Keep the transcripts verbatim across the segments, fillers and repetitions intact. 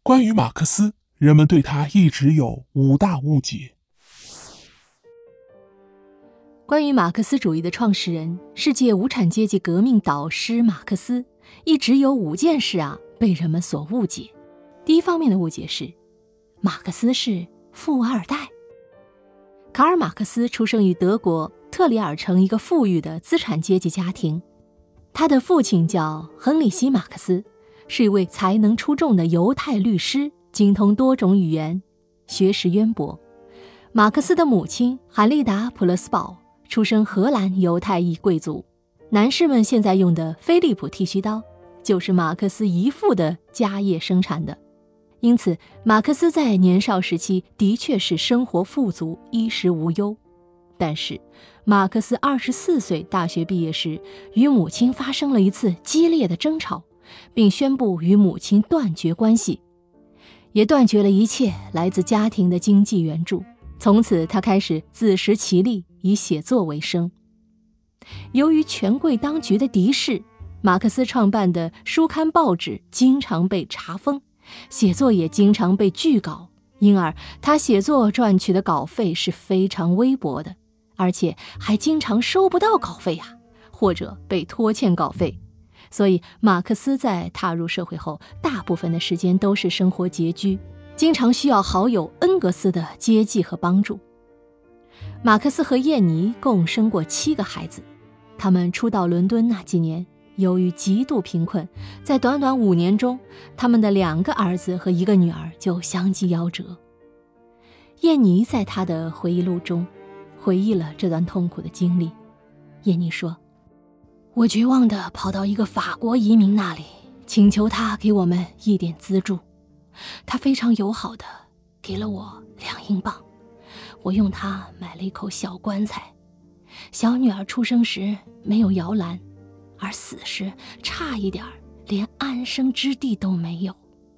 关于马克思，人们对他一直有五大误解。 关于马克思主义的创始人、世界无产阶级革命导师马克思，一直有五件事啊被人们所误解。第一方面的误解是，马克思是富二代。卡尔·马克思出生于德国特里尔城一个富裕的资产阶级家庭，他的父亲叫亨利希·马克思，是一位才能出众的犹太律师，精通多种语言，学识渊博。马克思的母亲韩丽达·普勒斯堡出生荷兰犹太裔贵族，男士们现在用的飞利浦剃须刀就是马克思姨父的家业生产的。因此马克思在年少时期的确是生活富足，衣食无忧。但是马克思二十四岁大学毕业时，与母亲发生了一次激烈的争吵，并宣布与母亲断绝关系，也断绝了一切来自家庭的经济援助。从此他开始自食其力，以写作为生。由于权贵当局的敌视，马克思创办的书刊报纸经常被查封，写作也经常被拒稿，因而他写作赚取的稿费是非常微薄的，而且还经常收不到稿费啊，或者被拖欠稿费。所以马克思在踏入社会后，大部分的时间都是生活拮据，经常需要好友恩格斯的接济和帮助。马克思和燕妮共生过七个孩子，他们初到伦敦那几年，由于极度贫困，在短短五年中，他们的两个儿子和一个女儿就相继夭折。燕妮在她的回忆录中回忆了这段痛苦的经历。燕妮说，我绝望地跑到一个法国移民那里，请求他给我们一点资助。他非常友好地给了我两英镑，我用它买了一口小棺材。小女儿出生时没有摇篮，而死时差一点连安生之地都没有。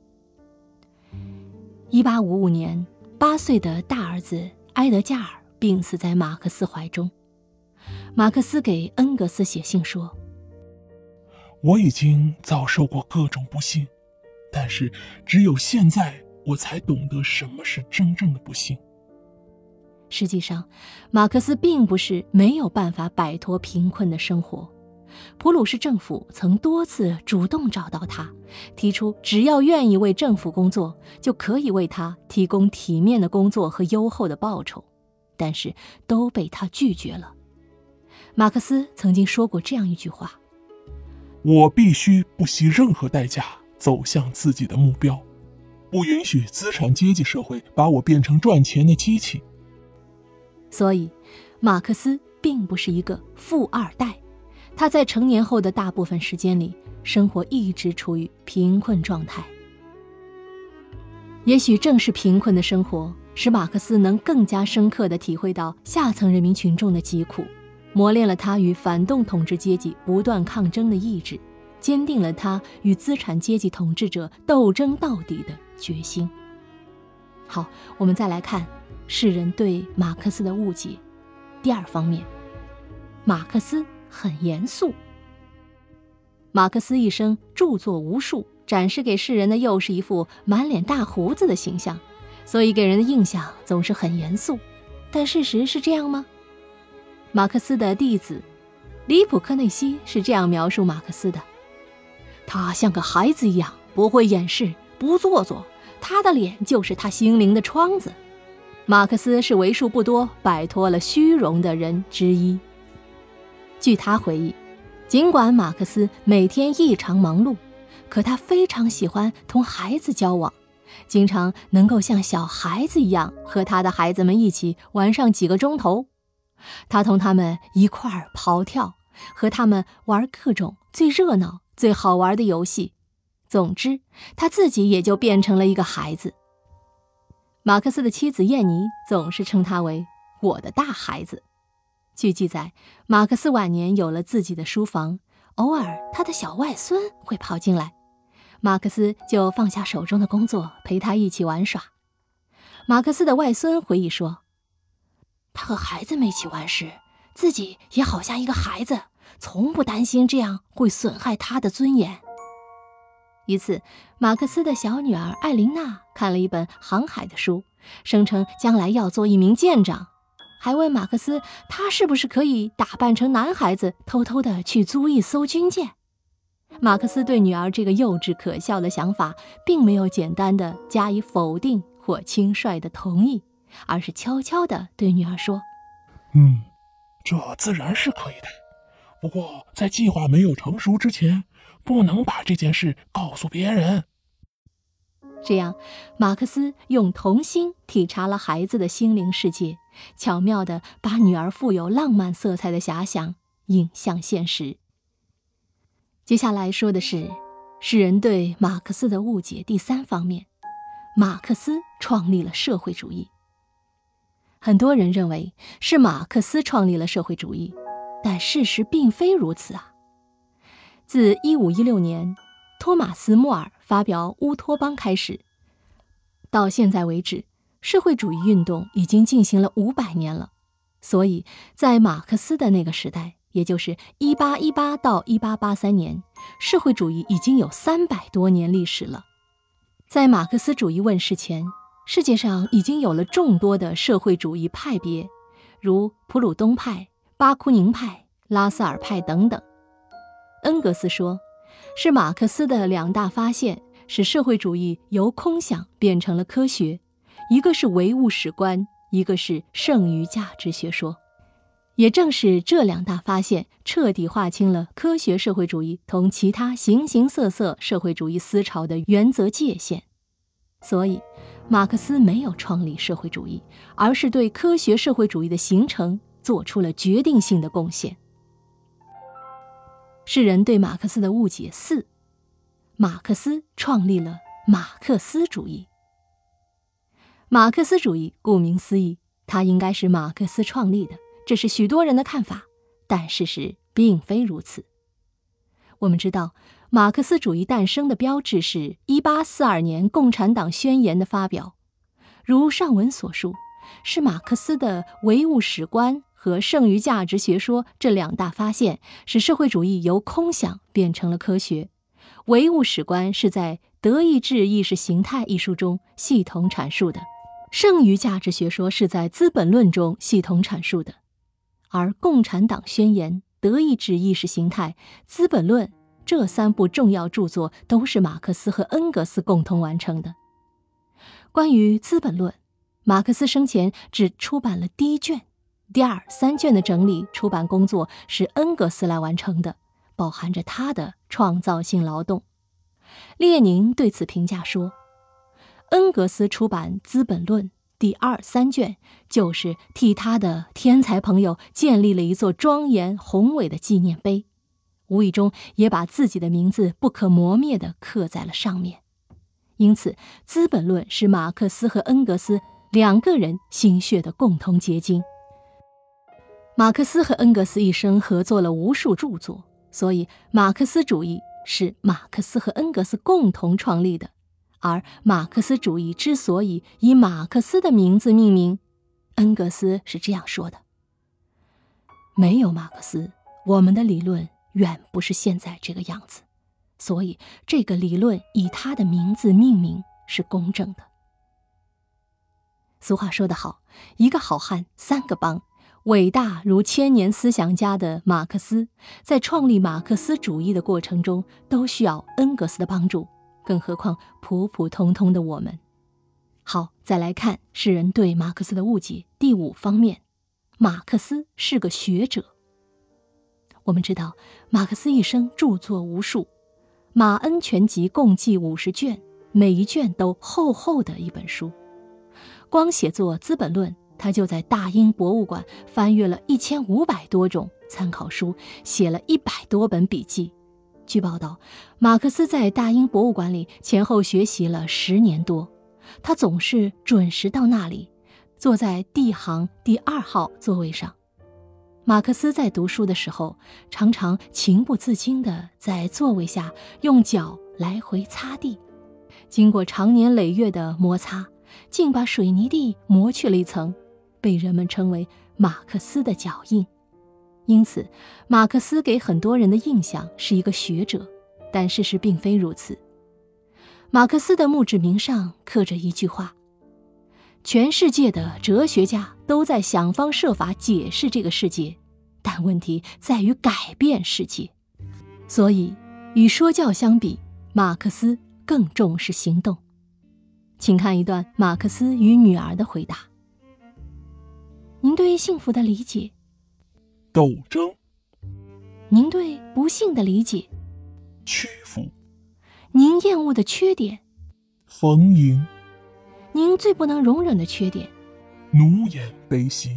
一八五五年，八岁的大儿子埃德加尔病死在马克思怀中。马克思给恩格斯写信说， 我已经遭受过各种不幸，但是只有现在我才懂得什么是真正的不幸。 实际上，马克思并不是没有办法摆脱贫困的生活。普鲁士政府曾多次主动找到他，提出只要愿意为政府工作，就可以为他提供体面的工作和优厚的报酬，但是都被他拒绝了。马克思曾经说过这样一句话， 我必须不惜任何代价走向自己的目标，不允许资产阶级社会把我变成赚钱的机器。 所以马克思并不是一个富二代，他在成年后的大部分时间里，生活一直处于贫困状态。也许正是贫困的生活，使马克思能更加深刻地体会到下层人民群众的疾苦，磨练了他与反动统治阶级不断抗争的意志，坚定了他与资产阶级统治者斗争到底的决心。好，我们再来看世人对马克思的误解。第二方面，马克思很严肃。马克思一生著作无数，展示给世人的又是一副满脸大胡子的形象，所以给人的印象总是很严肃。但事实是这样吗？马克思的弟子里普克内西是这样描述马克思的，他像个孩子一样，不会掩饰，不做作，他的脸就是他心灵的窗子。马克思是为数不多摆脱了虚荣的人之一。据他回忆，尽管马克思每天异常忙碌，可他非常喜欢同孩子交往，经常能够像小孩子一样和他的孩子们一起玩上几个钟头。他同他们一块儿跑跳，和他们玩各种最热闹最好玩的游戏。总之，他自己也就变成了一个孩子。马克思的妻子燕妮总是称他为我的大孩子。据记载，马克思晚年有了自己的书房，偶尔他的小外孙会跑进来，马克思就放下手中的工作，陪他一起玩耍。马克思的外孙回忆说，他和孩子们一起玩时，自己也好像一个孩子，从不担心这样会损害他的尊严。 一次，马克思的小女儿艾琳娜看了一本航海的书，声称将来要做一名舰长，还问马克思他是不是可以打扮成男孩子，偷偷的去租一艘军舰。马克思对女儿这个幼稚可笑的想法并没有简单的加以否定或轻率的同意，而是悄悄地对女儿说： 嗯，这自然是可以的，不过在计划没有成熟之前，不能把这件事告诉别人。 这样，马克思用童心体察了孩子的心灵世界，巧妙地把女儿富有浪漫色彩的遐想引向现实。接下来说的是世人对马克思的误解第三方面，马克思创立了社会主义。很多人认为是马克思创立了社会主义，但事实并非如此啊。自一五一六年托马斯·莫尔发表《乌托邦》开始，到现在为止，社会主义运动已经进行了五百年了。所以在马克思的那个时代，也就是一八一八到一八八三年，社会主义已经有三百多年历史了。在马克思主义问世前，世界上已经有了众多的社会主义派别，如普鲁东派、巴库宁派、拉萨尔派等等。恩格斯说，是马克思的两大发现使社会主义由空想变成了科学，一个是唯物史观，一个是剩余价值学说。也正是这两大发现彻底划清了科学社会主义同其他形形色色社会主义思潮的原则界限。所以马克思没有创立社会主义，而是对科学社会主义的形成做出了决定性的贡献。世人对马克思的误解四，马克思创立了马克思主义。马克思主义顾名思义，它应该是马克思创立的，这是许多人的看法，但事实并非如此。我们知道，马克思主义诞生的标志是一八四二年共产党宣言的发表。如上文所述，是马克思的唯物史观和剩余价值学说这两大发现，使社会主义由空想变成了科学。唯物史观是在《德意志意识形态》一书中系统阐述的，剩余价值学说是在《资本论》中系统阐述的。而共产党宣言、德意志意识形态、资本论这三部重要著作都是马克思和恩格斯共同完成的。关于资本论，马克思生前只出版了第一卷，第二、三卷的整理出版工作是恩格斯来完成的，饱含着他的创造性劳动。列宁对此评价说，恩格斯出版《资本论》第二、三卷，就是替他的天才朋友建立了一座庄严宏伟的纪念碑，无意中也把自己的名字不可磨灭地刻在了上面。因此，《资本论》是马克思和恩格斯两个人心血的共同结晶。马克思和恩格斯一生合作了无数著作，所以马克思主义是马克思和恩格斯共同创立的。而马克思主义之所以以马克思的名字命名，恩格斯是这样说的：没有马克思，我们的理论远不是现在这个样子，所以这个理论以他的名字命名是公正的。俗话说得好，一个好汉三个帮。伟大如千年思想家的马克思，在创立马克思主义的过程中都需要恩格斯的帮助，更何况普普通通的我们。好，再来看世人对马克思的误解第五方面，马克思是个学者。我们知道马克思一生著作无数，马恩全集共计五十卷，每一卷都厚厚的一本书。光写作《资本论》，他就在大英博物馆翻阅了一千五百多种参考书，写了一百多本笔记。据报道，马克思在大英博物馆里前后学习了十年多，他总是准时到那里，坐在 D 行第二号座位上。马克思在读书的时候，常常情不自禁地在座位下用脚来回擦地，经过长年累月的摩擦，竟把水泥地磨去了一层，被人们称为马克思的脚印。因此，马克思给很多人的印象是一个学者，但事实并非如此。 马克思的墓志铭上刻着一句话：全世界的哲学家都在想方设法解释这个世界，但问题在于改变世界。所以与说教相比，马克思更重视行动。请看一段马克思与女儿的回答：您对幸福的理解？ 斗争。 您对不幸的理解？ 屈服。 您厌恶的缺点？ 逢迎。 您最不能容忍的缺点？ 奴颜卑膝。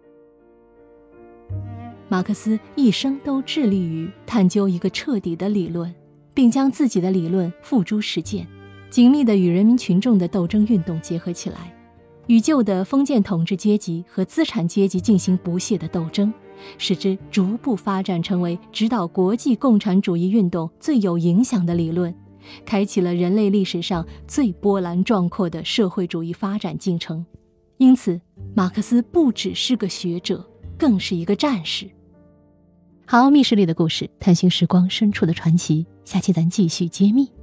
马克思一生都致力于探究一个彻底的理论，并将自己的理论付诸实践，紧密地与人民群众的斗争运动结合起来，与旧的封建统治阶级和资产阶级进行不懈的斗争，使之逐步发展成为指导国际共产主义运动最有影响的理论，开启了人类历史上最波澜壮阔的社会主义发展进程。因此，马克思不只是个学者，更是一个战士。好，密室里的故事，探寻时光深处的传奇，下期咱继续揭秘。